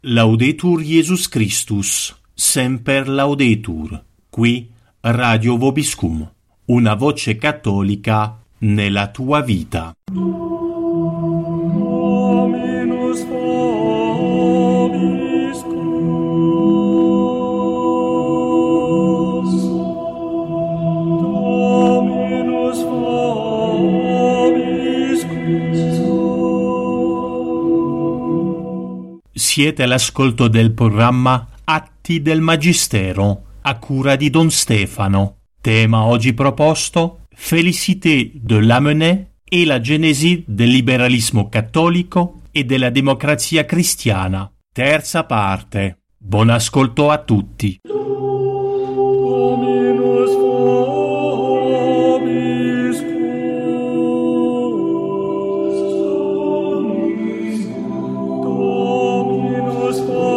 Laudetur Jesus Christus, semper laudetur. Qui Radio Vobiscum, una voce cattolica nella tua vita. Dominus vobiscus. Dominus vobiscus. Siete all'ascolto del programma Atti del Magistero, a cura di Don Stefano. Tema oggi proposto: Félicité de Lamennais e la genesi del liberalismo cattolico e della democrazia cristiana. Terza parte. Buon ascolto a tutti. Dominus vobiscus. Dominus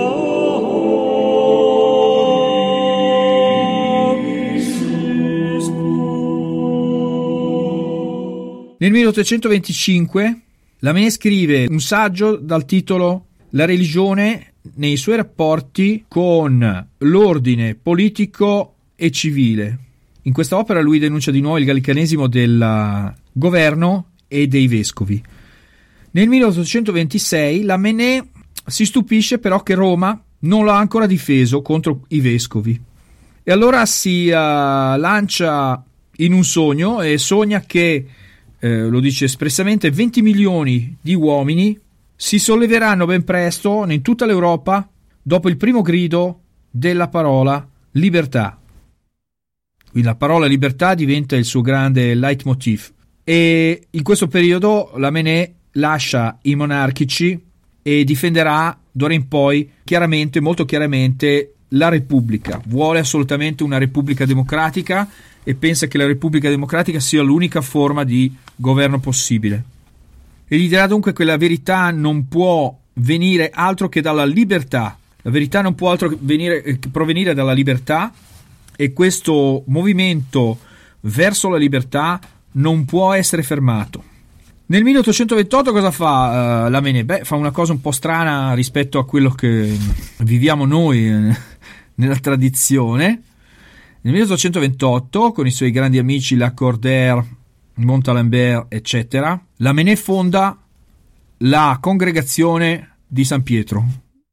vobiscus. Nel 1825 Lamennais scrive un saggio dal titolo La religione nei suoi rapporti con l'ordine politico e civile. In questa opera lui denuncia di nuovo il gallicanesimo del governo e dei vescovi. Nel 1826 Lamennais si stupisce però che Roma non l'ha ancora difeso contro i vescovi e allora si lancia in un sogno e sogna che lo dice espressamente, 20 milioni di uomini si solleveranno ben presto in tutta l'Europa dopo il primo grido della parola libertà. Quindi la parola libertà diventa il suo grande leitmotiv. E in questo periodo Lamennais lascia i monarchici e difenderà d'ora in poi chiaramente, molto chiaramente, la Repubblica. Vuole assolutamente una Repubblica democratica e pensa che la Repubblica democratica sia l'unica forma di governo possibile. E gli dirà dunque che la verità non può venire altro che dalla libertà. La verità non può altro provenire dalla libertà, e questo movimento verso la libertà non può essere fermato. Nel 1828 cosa fa Lamennais? Fa una cosa un po' strana rispetto a quello che viviamo noi nella tradizione. Nel 1828, con i suoi grandi amici Lacordaire, Montalembert, eccetera, Lamennais fonda la Congregazione di San Pietro.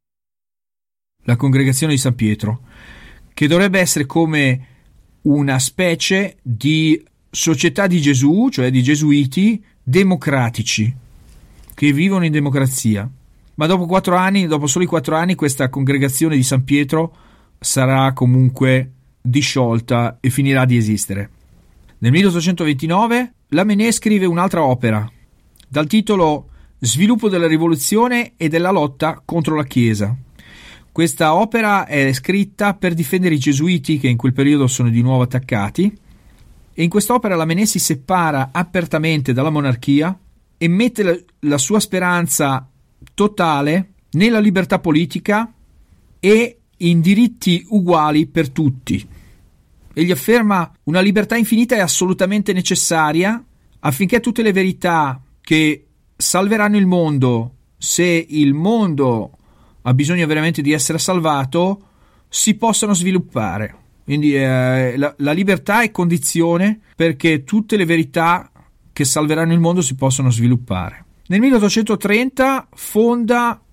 La Congregazione di San Pietro, che dovrebbe essere come una specie di società di Gesù, cioè di gesuiti democratici che vivono in democrazia. Ma dopo soli 4 anni, questa Congregazione di San Pietro sarà comunque disciolta e finirà di esistere. Nel 1829 Lamennais scrive un'altra opera dal titolo Sviluppo della rivoluzione e della lotta contro la Chiesa. Questa opera è scritta per difendere i gesuiti che in quel periodo sono di nuovo attaccati, e in quest'opera Lamennais si separa apertamente dalla monarchia e mette la sua speranza totale nella libertà politica e in diritti uguali per tutti. Egli afferma una libertà infinita è assolutamente necessaria affinché tutte le verità che salveranno il mondo, se il mondo ha bisogno veramente di essere salvato, si possano sviluppare. Quindi la libertà è condizione perché tutte le verità che salveranno il mondo si possano sviluppare. Nel 1830 fonda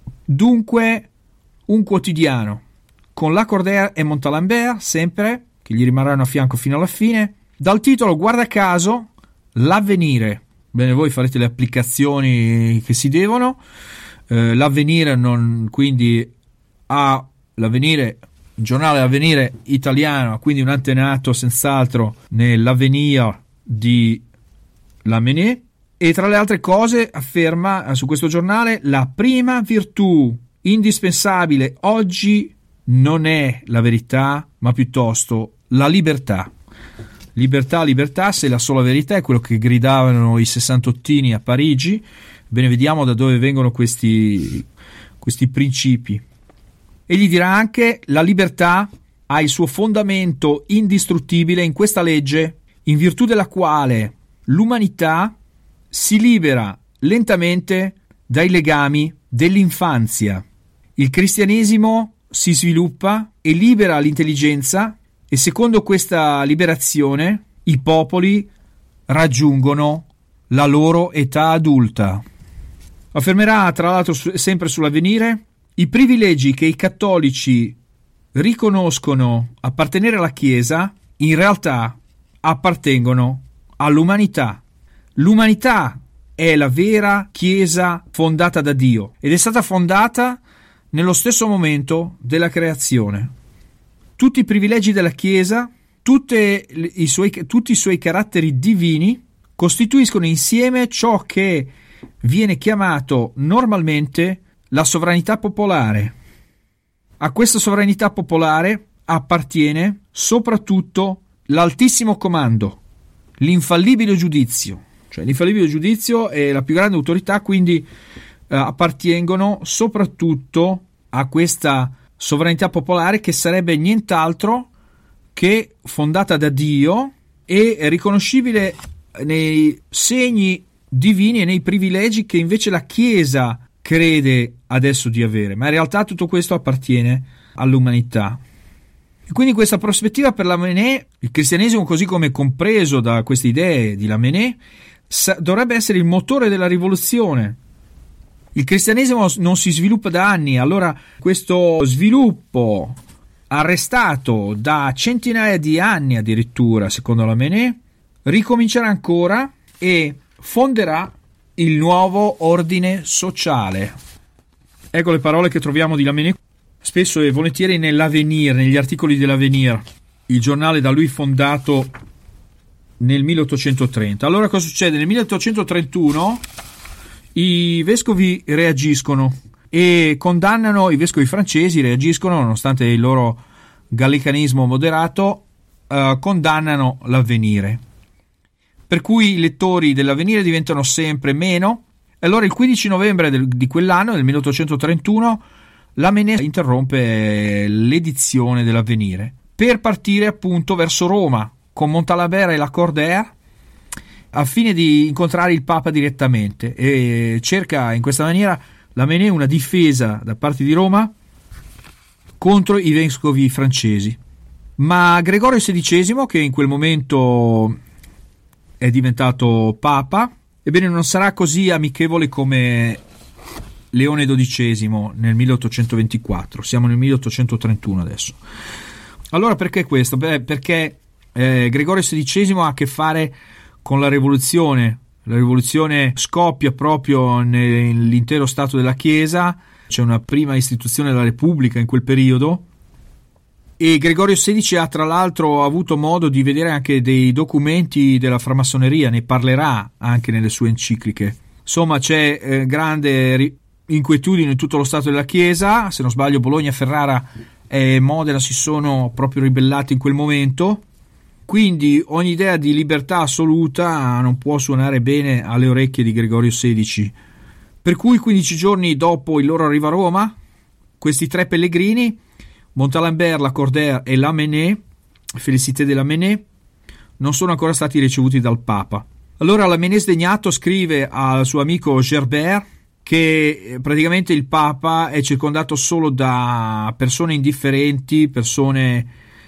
dunque un quotidiano con Lacordaire e Montalembert, sempre, che gli rimarranno a fianco fino alla fine, dal titolo, guarda caso, L'Avvenire. Bene, voi farete le applicazioni che si devono. L'Avvenire quindi ha l'Avvenire, il giornale L'Avvenire italiano, quindi un antenato senz'altro nell'Avenir di Lamennais, e tra le altre cose afferma su questo giornale: la prima virtù indispensabile oggi non è la verità, ma piuttosto la libertà. Libertà, libertà, se la sola verità è quello che gridavano i sessantottini a Parigi. Bene, vediamo da dove vengono questi principi. E gli dirà anche: la libertà ha il suo fondamento indistruttibile in questa legge, in virtù della quale l'umanità si libera lentamente dai legami dell'infanzia Il cristianesimo si sviluppa e libera l'intelligenza, e secondo questa liberazione i popoli raggiungono la loro età adulta. Affermerà tra l'altro sempre sull'Avvenire: i privilegi che i cattolici riconoscono appartenere alla Chiesa in realtà appartengono all'umanità. L'umanità è la vera Chiesa fondata da Dio ed è stata fondata nello stesso momento della creazione. Tutti i privilegi della Chiesa, tutti i suoi caratteri divini costituiscono insieme ciò che viene chiamato normalmente la sovranità popolare. A questa sovranità popolare appartiene soprattutto l'altissimo comando, l'infallibile giudizio. Cioè l'infallibile giudizio è la più grande autorità, quindi appartengono soprattutto a questa sovranità popolare, che sarebbe nient'altro che fondata da Dio e riconoscibile nei segni divini e nei privilegi che invece la Chiesa crede adesso di avere, ma in realtà tutto questo appartiene all'umanità. E quindi questa prospettiva per Lamennais, il cristianesimo così come compreso da queste idee di Lamennais, dovrebbe essere il motore della rivoluzione. Il cristianesimo non si sviluppa da anni, allora questo sviluppo arrestato da centinaia di anni addirittura, secondo Lamennais, ricomincerà ancora e fonderà il nuovo ordine sociale. Ecco le parole che troviamo di Lamennais spesso e volentieri nell'Avenir, negli articoli dell'Avenir, il giornale da lui fondato nel 1830. Allora cosa succede? Nel 1831 i vescovi reagiscono e condannano, i vescovi francesi reagiscono, nonostante il loro gallicanismo moderato, condannano l'Avvenire. Per cui i lettori dell'Avvenire diventano sempre meno. E allora il 15 novembre di quell'anno, del 1831, Lamennais interrompe l'edizione dell'Avvenire per partire appunto verso Roma con Montalembert e Lacordaire, al fine di incontrare il Papa direttamente, e cerca in questa maniera Lamennais una difesa da parte di Roma contro i vescovi francesi. Ma Gregorio XVI, che in quel momento è diventato Papa, ebbene non sarà così amichevole come Leone XII nel 1824. Siamo nel 1831 adesso. Allora perché questo? Beh, perché Gregorio XVI ha a che fare con la rivoluzione. La rivoluzione scoppia proprio nell'intero stato della Chiesa, c'è una prima istituzione della Repubblica in quel periodo, e Gregorio XVI ha tra l'altro avuto modo di vedere anche dei documenti della framassoneria, ne parlerà anche nelle sue encicliche. Insomma, c'è grande inquietudine in tutto lo stato della Chiesa. Se non sbaglio, Bologna, Ferrara e Modena si sono proprio ribellati in quel momento. Quindi ogni idea di libertà assoluta non può suonare bene alle orecchie di Gregorio XVI. Per cui 15 giorni dopo il loro arrivo a Roma, questi tre pellegrini, Montalembert, Lacordaire e Lamennais, Félicité de Lamennais, non sono ancora stati ricevuti dal Papa. Allora Lamennais sdegnato scrive al suo amico Gerbert che praticamente il Papa è circondato solo da persone indifferenti, persone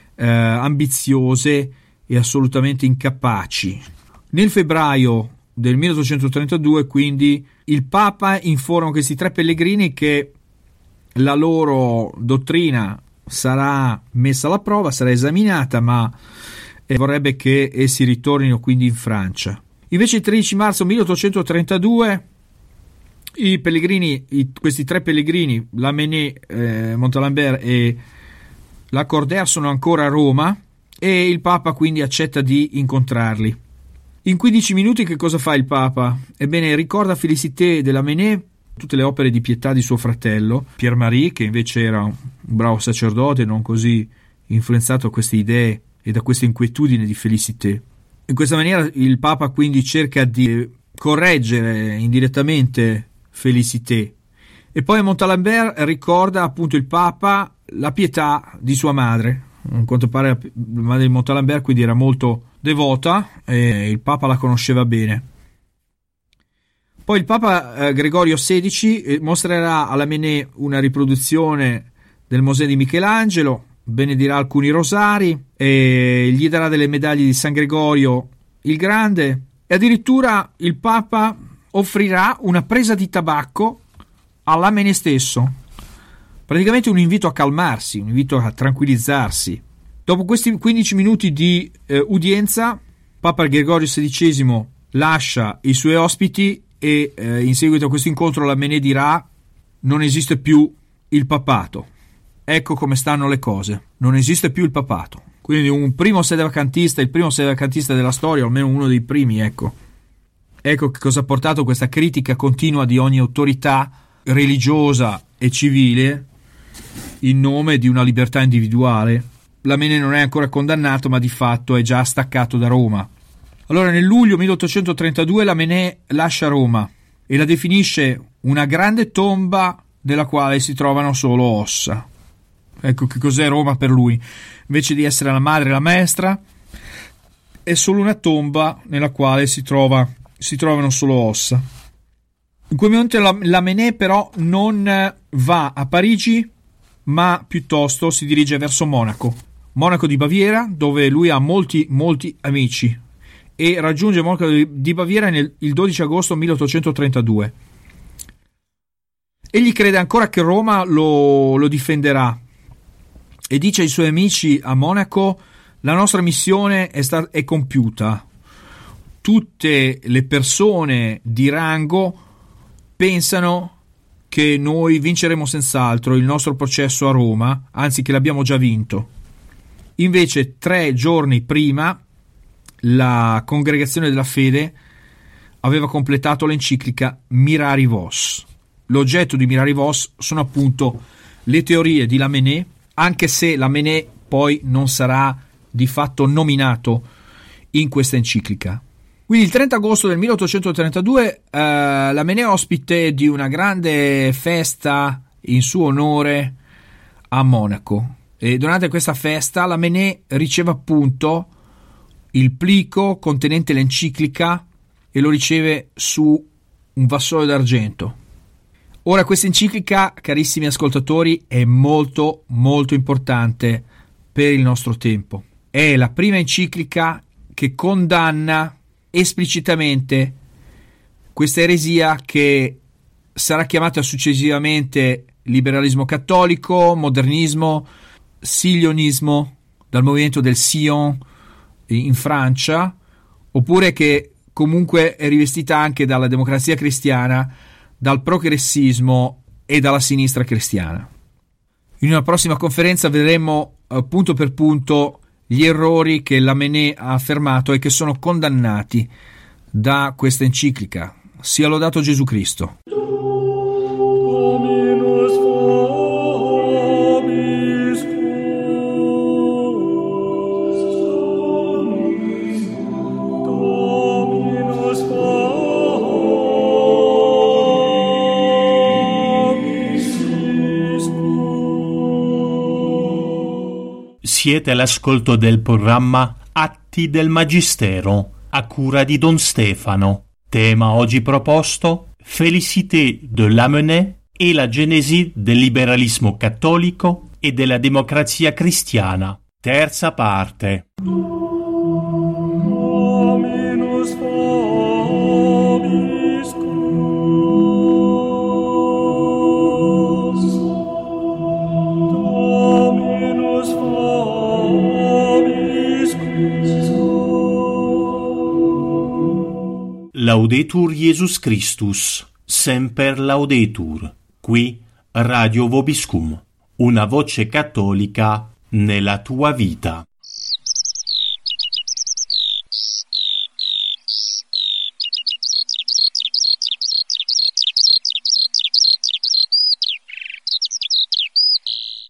ambiziose e assolutamente incapaci. Nel febbraio del 1832 quindi il Papa informa questi tre pellegrini che la loro dottrina sarà messa alla prova, sarà esaminata, ma vorrebbe che essi ritornino quindi in Francia. Invece il 13 marzo 1832 i pellegrini, questi tre pellegrini, Lamennais, Montalembert e Lacordaire, sono ancora a Roma e il Papa quindi accetta di incontrarli. In 15 minuti che cosa fa il Papa? Ebbene, ricorda a Félicité de Lamennais tutte le opere di pietà di suo fratello Pierre-Marie, che invece era un bravo sacerdote, non così influenzato da queste idee e da questa inquietudine di Félicité. In questa maniera il Papa quindi cerca di correggere indirettamente Félicité. E poi Montalembert ricorda appunto il Papa la pietà di sua madre. A quanto pare la madre di Montalembert quindi era molto devota e il Papa la conosceva bene. Poi il Papa Gregorio XVI mostrerà alla Mené una riproduzione del Mosè di Michelangelo, benedirà alcuni rosari e gli darà delle medaglie di San Gregorio il Grande, e addirittura il Papa offrirà una presa di tabacco alla Mené stesso, praticamente un invito a calmarsi, un invito a tranquillizzarsi. Dopo questi 15 minuti di udienza, Papa Gregorio XVI lascia i suoi ospiti e in seguito a questo incontro la Mené dirà: non esiste più il papato. Ecco come stanno le cose, non esiste più il papato. Quindi un primo sedevacantista, il primo sedevacantista della storia, o almeno uno dei primi, ecco che cosa ha portato questa critica continua di ogni autorità religiosa e civile in nome di una libertà individuale. La Mené non è ancora condannato, ma di fatto è già staccato da Roma. Allora, nel luglio 1832 la Mené lascia Roma e la definisce una grande tomba nella quale si trovano solo ossa. Ecco che cos'è Roma per lui. Invece di essere la madre e la maestra, è solo una tomba nella quale si trovano solo ossa. In quel momento la Mené però non va a Parigi, ma piuttosto si dirige verso Monaco di Baviera, dove lui ha molti amici, e raggiunge Monaco di Baviera il 12 agosto 1832. Egli crede ancora che Roma lo difenderà e dice ai suoi amici a Monaco: la nostra missione è compiuta. Tutte le persone di rango pensano che noi vinceremo senz'altro il nostro processo a Roma, anzi che l'abbiamo già vinto. Invece 3 giorni prima la Congregazione della Fede aveva completato l'enciclica Mirari Vos. L'oggetto di Mirari Vos sono appunto le teorie di Lamennais, anche se Lamennais poi non sarà di fatto nominato in questa enciclica. Quindi il 30 agosto del 1832 Lamennais è ospite di una grande festa in suo onore a Monaco, e durante questa festa Lamennais riceve appunto il plico contenente l'enciclica e lo riceve su un vassoio d'argento. Ora, questa enciclica, carissimi ascoltatori, è molto molto importante per il nostro tempo. È la prima enciclica che condanna esplicitamente questa eresia che sarà chiamata successivamente liberalismo cattolico, modernismo, silionismo, dal movimento del Sion in Francia, oppure che comunque è rivestita anche dalla democrazia cristiana, dal progressismo e dalla sinistra cristiana. In una prossima conferenza vedremo punto per punto gli errori che Lamennais ha affermato e che sono condannati da questa enciclica. Sia lodato Gesù Cristo. Siete all'ascolto del programma Atti del Magistero, a cura di Don Stefano. Tema oggi proposto: Félicité de Lamennais e la genesi del liberalismo cattolico e della democrazia cristiana. Terza parte. Laudetur Jesus Christus, semper laudetur. Qui Radio Vobiscum, una voce cattolica nella tua vita.